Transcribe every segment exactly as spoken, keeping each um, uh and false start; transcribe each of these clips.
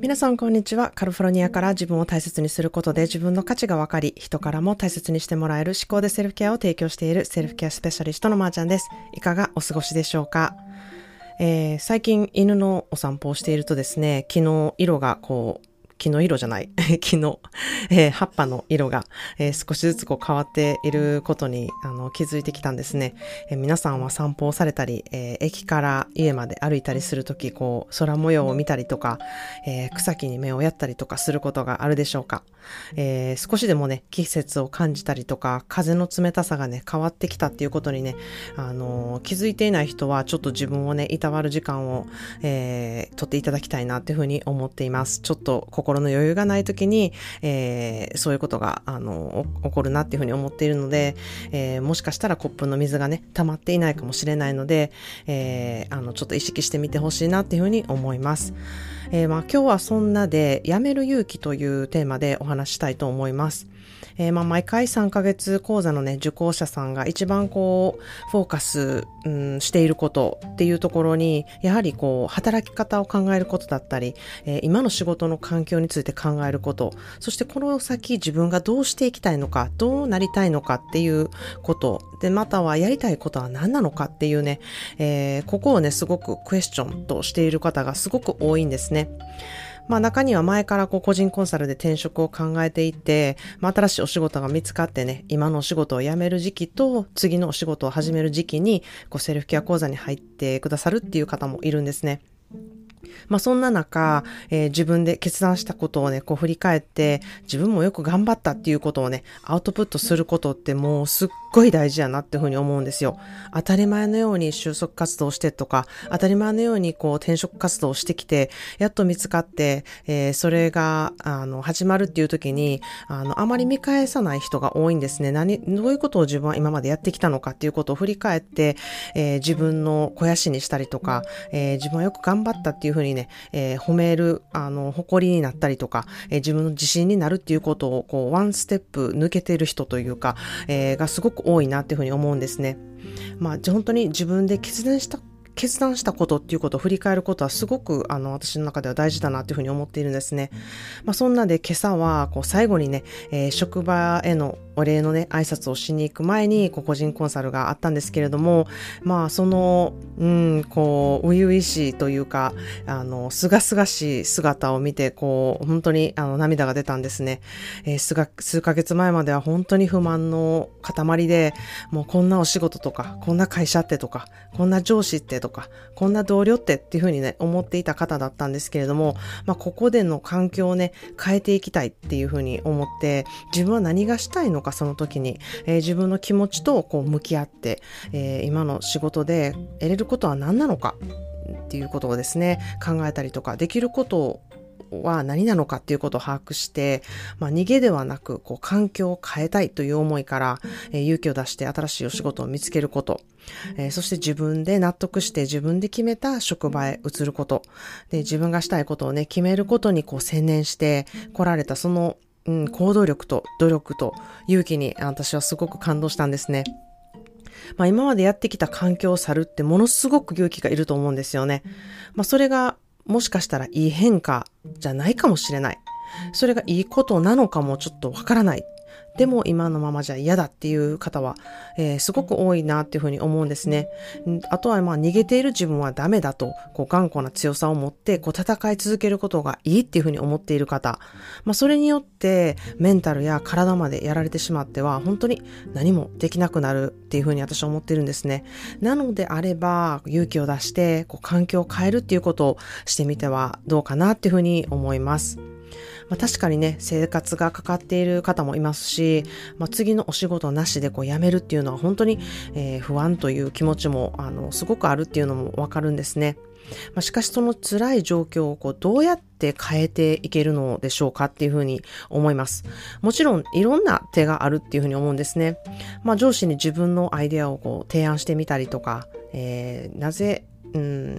皆さんこんにちは。カリフォルニアから自分を大切にすることで自分の価値が分かり、人からも大切にしてもらえる思考でセルフケアを提供しているセルフケアスペシャリストのまーちゃんです。いかがお過ごしでしょうか。えー、最近犬のお散歩をしているとですね、木の色がこう木の色じゃない木の、えー、葉っぱの色が、えー、少しずつこう変わっていることにあの気づいてきたんですね。えー、皆さんは散歩をされたり、えー、駅から家まで歩いたりするとき、こう空模様を見たりとか、えー、草木に目をやったりとかすることがあるでしょうか。えー、少しでもね季節を感じたりとか、風の冷たさがね変わってきたっていうことにね、あのー、気づいていない人はちょっと自分をねいたわる時間を、えー、取っていただきたいなっていうふうに思っています。ちょっと心の余裕がないときに、えー、そういうことがあの起こるなっていうふうに思っているので、えー、もしかしたらコップの水がね溜まっていないかもしれないので、えー、あのちょっと意識してみてほしいなっていうふうに思います。えーまあ、今日はそんなでやめる勇気というテーマでお話したいと思います。えーまあ、毎回さんかげつ講座のね受講者さんが一番こうフォーカス、うん、していることっていうところに、やはりこう働き方を考えることだったり、えー、今の仕事の環境について考えること、そしてこの先自分がどうしていきたいのか、どうなりたいのかっていうことで、またはやりたいことは何なのかっていうね、えー、ここをねすごくクエスチョンとしている方がすごく多いんですね。まあ中には前からこう個人コンサルで転職を考えていて、まあ新しいお仕事が見つかってね、今のお仕事を辞める時期と次のお仕事を始める時期にこうセルフケア講座に入ってくださるっていう方もいるんですね。まあそんな中、えー、自分で決断したことをね、こう振り返って、自分もよく頑張ったっていうことをね、アウトプットすることってもうすっごい大事やなっていうふうに思うんですよ。当たり前のように就職活動してとか、当たり前のようにこう転職活動をしてきて、やっと見つかって、えー、それが、あの、始まるっていう時に、あの、あまり見返さない人が多いんですね。何、どういうことを自分は今までやってきたのかっていうことを振り返って、えー、自分の肥やしにしたりとか、えー、自分はよく頑張ったっていうふうにね、えー、褒める、あの、誇りになったりとか、えー、自分の自信になるっていうことを、こう、ワンステップ抜けてる人というか、えー、がすごく多いなっていうふうに思うんですね。まあ、本当に自分で決断した決断したことっていうことを振り返ることはすごくあの私の中では大事だなっていうふうに思っているんですね。まあそんなで今朝はこう最後にね、えー、職場へのお礼のね挨拶をしに行く前にこう個人コンサルがあったんですけれども、まあそのうんこう初々しいというかあのすがすがしい姿を見てこう本当にあの涙が出たんですね。えー、数が数ヶ月前までは本当に不満の塊で、もうこんなお仕事とかこんな会社ってとかこんな上司ってとかこんな同僚ってっていうふうにね思っていた方だったんですけれども、まあここでの環境をね変えていきたいっていうふうに思って、自分は何がしたいのか、その時に、えー、自分の気持ちとこう向き合って、えー、今の仕事で得れることは何なのかっていうことをですね考えたりとか、できることをは何なのかっていうことを把握して、まあ、逃げではなくこう環境を変えたいという思いから、えー、勇気を出して新しいお仕事を見つけること、えー、そして自分で納得して自分で決めた職場へ移ることで、自分がしたいことをね決めることにこう専念して来られたその、うん、行動力と努力と勇気に私はすごく感動したんですね。まあ、今までやってきた環境を去るってものすごく勇気がいると思うんですよね。まあ、それがもしかしたらいい変化じゃないかもしれない。それがいいことなのかもちょっとわからない。でも今のままじゃ嫌だっていう方は、えー、すごく多いなっていうふうに思うんですね。あとはまあ逃げている自分はダメだと、こう頑固な強さを持ってこう戦い続けることがいいっていうふうに思っている方、まあそれによってメンタルや体までやられてしまっては本当に何もできなくなるっていうふうに私は思ってるんですね。なのであれば勇気を出してこう環境を変えるっていうことをしてみてはどうかなっていうふうに思います。まあ、確かにね生活がかかっている方もいますし、まあ、次のお仕事なしでこう辞めるっていうのは本当に、えー、不安という気持ちもあのすごくあるっていうのもわかるんですね。まあ、しかしその辛い状況をこうどうやって変えていけるのでしょうかっていうふうに思います。もちろんいろんな手があるっていうふうに思うんですね。まあ、上司に自分のアイデアをこう提案してみたりとか、えー、なぜうん、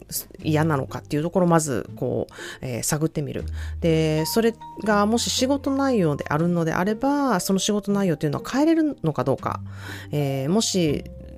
嫌なのかっていうところをまずこう、えー、探ってみる。で、それがもし仕事内容であるのであれば、その仕事内容っていうのは変えれるのかどうか。えー、もし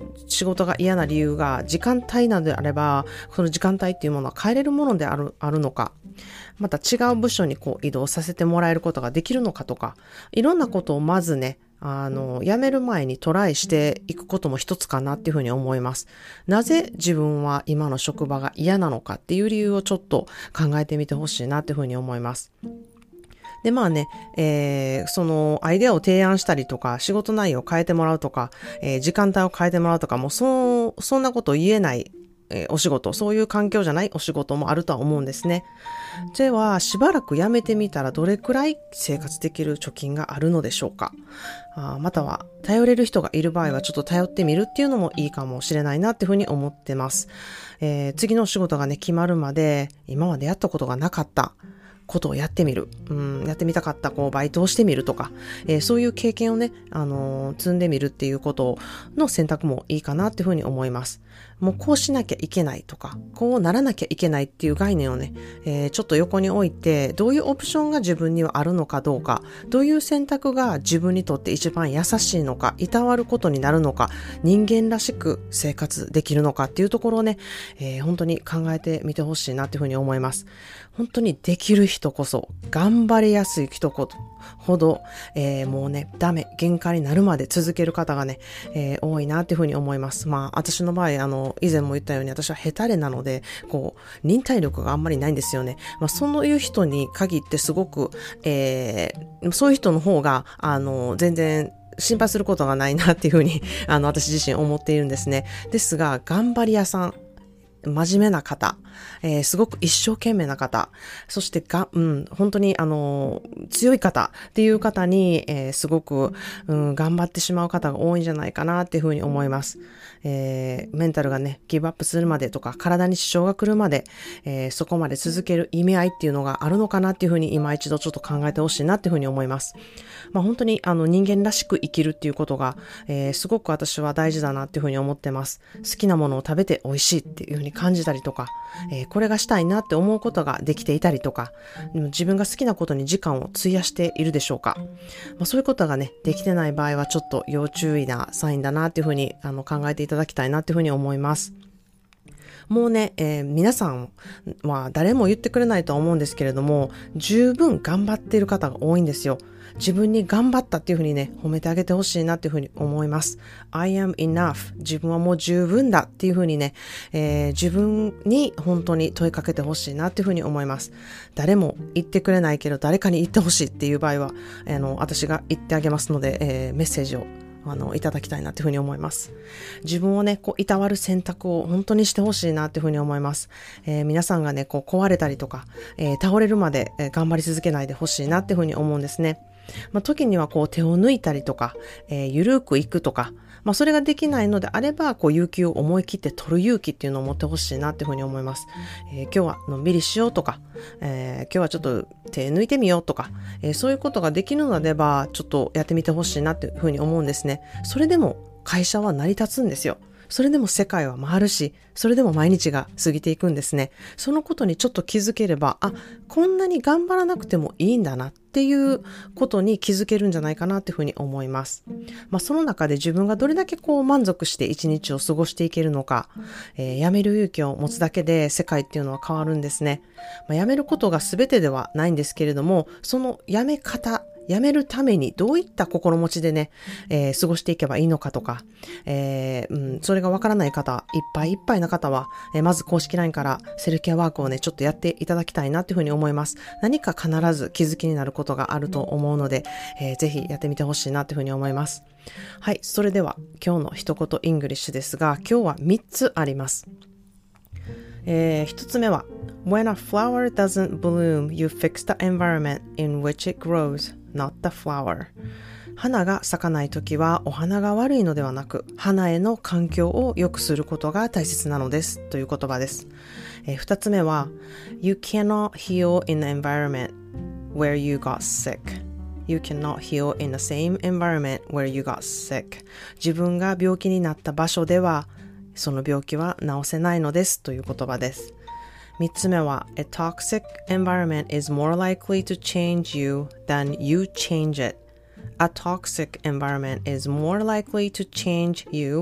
仕事が嫌な理由が時間帯なのであれば、その時間帯っていうものは変えれるものである、あるのか、また違う部署にこう移動させてもらえることができるのかとか、いろんなことをまずね、あの、辞める前にトライしていくことも一つかなっていうふうに思います。なぜ自分は今の職場が嫌なのかっていう理由をちょっと考えてみてほしいなっていうふうに思います。で、まあね、えー、そのアイデアを提案したりとか、仕事内容を変えてもらうとか、えー、時間帯を変えてもらうとか、もうそ、そんなこと言えない、えー、お仕事、そういう環境じゃないお仕事もあるとは思うんですね。では、しばらく辞めてみたらどれくらい生活できる貯金があるのでしょうか。あ、または、頼れる人がいる場合はちょっと頼ってみるっていうのもいいかもしれないなっていうふうに思ってます。えー、次のお仕事がね、決まるまで、今までやったことがなかったことをやってみる。うん、やってみたかったこうバイトをしてみるとか、えー、そういう経験をね、あのー、積んでみるっていうことの選択もいいかなっていうふうに思います。もうこうしなきゃいけないとか、こうならなきゃいけないっていう概念をね、えー、ちょっと横に置いて、どういうオプションが自分にはあるのかどうか、どういう選択が自分にとって一番優しいのか、いたわることになるのか、人間らしく生活できるのかっていうところをね、えー、本当に考えてみてほしいなっていうふうに思います。本当にできる人こそ、頑張りやすい人ほど、えー、もうね、ダメ、限界になるまで続ける方がね、えー、多いなっていうふうに思います。まあ、私の場合、あの、以前も言ったように、私はヘタレなので、こう、忍耐力があんまりないんですよね。まあ、そういう人に限ってすごく、えー、そういう人の方が、あの、全然、心配することがないなっていうふうに、あの、私自身思っているんですね。ですが、頑張り屋さん、真面目な方、えー、すごく一生懸命な方、そしてが、うん、本当にあの強い方っていう方に、えー、すごく、うん、頑張ってしまう方が多いんじゃないかなっていうふうに思います。えー、メンタルがね、ギブアップするまでとか、体に支障が来るまで、えー、そこまで続ける意味合いっていうのがあるのかなっていうふうに今一度ちょっと考えてほしいなっていうふうに思います。まあ本当にあの人間らしく生きるっていうことが、えー、すごく私は大事だなっていうふうに思ってます。好きなものを食べて美味しいっていうふうに感じたりとか、えー、これがしたいなって思うことができていたりとか、でも自分が好きなことに時間を費やしているでしょうか。まあ、そういうことがね、できてない場合はちょっと要注意なサインだなっていうふうにあの考えていただきたいなっていうふうに思います。もうね、えー、皆さんは誰も言ってくれないとは思うんですけれども、十分頑張っている方が多いんですよ。自分に頑張ったっていうふうにね、褒めてあげてほしいなっていうふうに思います。I am enough. 自分はもう十分だっていうふうにね、えー、自分に本当に問いかけてほしいなっていうふうに思います。誰も言ってくれないけど誰かに言ってほしいっていう場合は、あの、私が言ってあげますので、えー、メッセージをあの、いただきたいなっていうふうに思います。自分をね、こう、いたわる選択を本当にしてほしいなっていうふうに思います。えー、皆さんがね、こう、壊れたりとか、えー、倒れるまで、えー、頑張り続けないでほしいなっていうふうに思うんですね。まあ、時にはこう、手を抜いたりとか、えー、ゆるくいくとか、まあ、それができないのであれば、こう、勇気を思い切って取る勇気っていうのを持ってほしいなっていうふうに思います。えー、今日はのんびりしようとか、えー、今日はちょっと手抜いてみようとか、えー、そういうことができるのであれば、ちょっとやってみてほしいなっていうふうに思うんですね。それでも会社は成り立つんですよ。それでも世界は回るし、それでも毎日が過ぎていくんですね。そのことにちょっと気づければ、あ、こんなに頑張らなくてもいいんだなっていうことに気づけるんじゃないかなっていうふうに思います。まあ、その中で自分がどれだけこう満足して一日を過ごしていけるのか、えー、やめる勇気を持つだけで世界っていうのは変わるんですね。まあ、やめることが全てではないんですけれども、そのやめ方、やめるためにどういった心持ちでね、えー、過ごしていけばいいのかとか、えーうん、それがわからない方、いっぱいいっぱいな方は、えー、まず公式 ライン からセルフケアワークをね、ちょっとやっていただきたいなというふうに思います。何か必ず気づきになることがあると思うので、えー、ぜひやってみてほしいなというふうに思います。はい、それでは今日の一言イングリッシュですが、今日はみっつあります。えー、一つ目は When a flower doesn't bloom, you fix the environment in which it grows, not the flower. 花が咲かないときはお花が悪いのではなく、花への環境を良くすることが大切なのですという言葉です。えー、二つ目は You cannot heal in the environment where you got sick.You cannot heal in the same environment where you got sick. 自分が病気になった場所ではその病気は治せないのですという言葉です。三つ目は A toxic environment is more likely to change you than you change it. A toxic environment is more likely to change you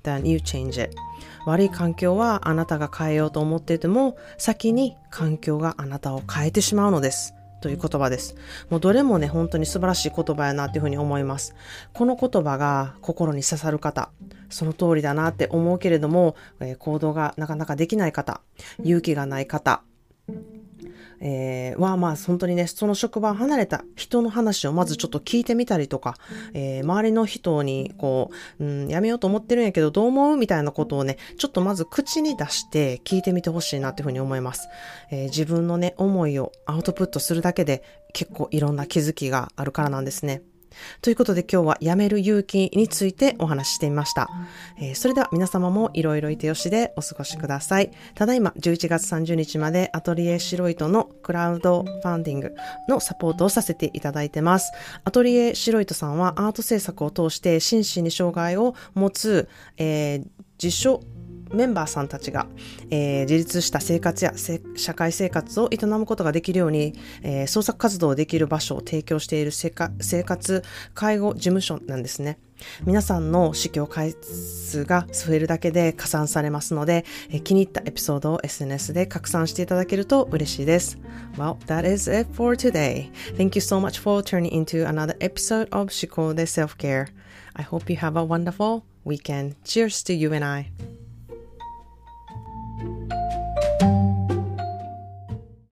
than you change it. 悪い環境はあなたが変えようと思っていても、先に環境があなたを変えてしまうのです。という言葉です。もうどれもね、本当に素晴らしい言葉やなっていうふうに思います。この言葉が心に刺さる方、その通りだなって思うけれども、えー、行動がなかなかできない方、勇気がない方、えー、はまあ本当にね、その職場を離れた人の話をまずちょっと聞いてみたりとか、えー、周りの人にこう、うん、やめようと思ってるんやけどどう思うみたいなことをね、ちょっとまず口に出して聞いてみてほしいなっていうふうに思います。えー、自分のね、思いをアウトプットするだけで結構いろんな気づきがあるからなんですね。ということで今日はやめる勇気についてお話ししてみました。えー、それでは皆様もいろいろいてよしでお過ごしください。ただいまじゅういちがつさんじゅうにちまでアトリエシロイトのクラウドファンディングのサポートをさせていただいてます。アトリエシロイトさんはアート制作を通して心身に障害を持つ、えー、自称メンバーさんたちが、えー、自立した生活や社会生活を営むことができるように、えー、創作活動をできる場所を提供している生活介護事務所なんですね。皆さんの視聴回数が増えるだけで加算されますので、えー、気に入ったエピソードを エスエヌエス で拡散していただけると嬉しいです。Well, that is it for today. Thank you so much for turning into another episode of 思考で Self-Care. I hope you have a wonderful weekend. Cheers to you and I.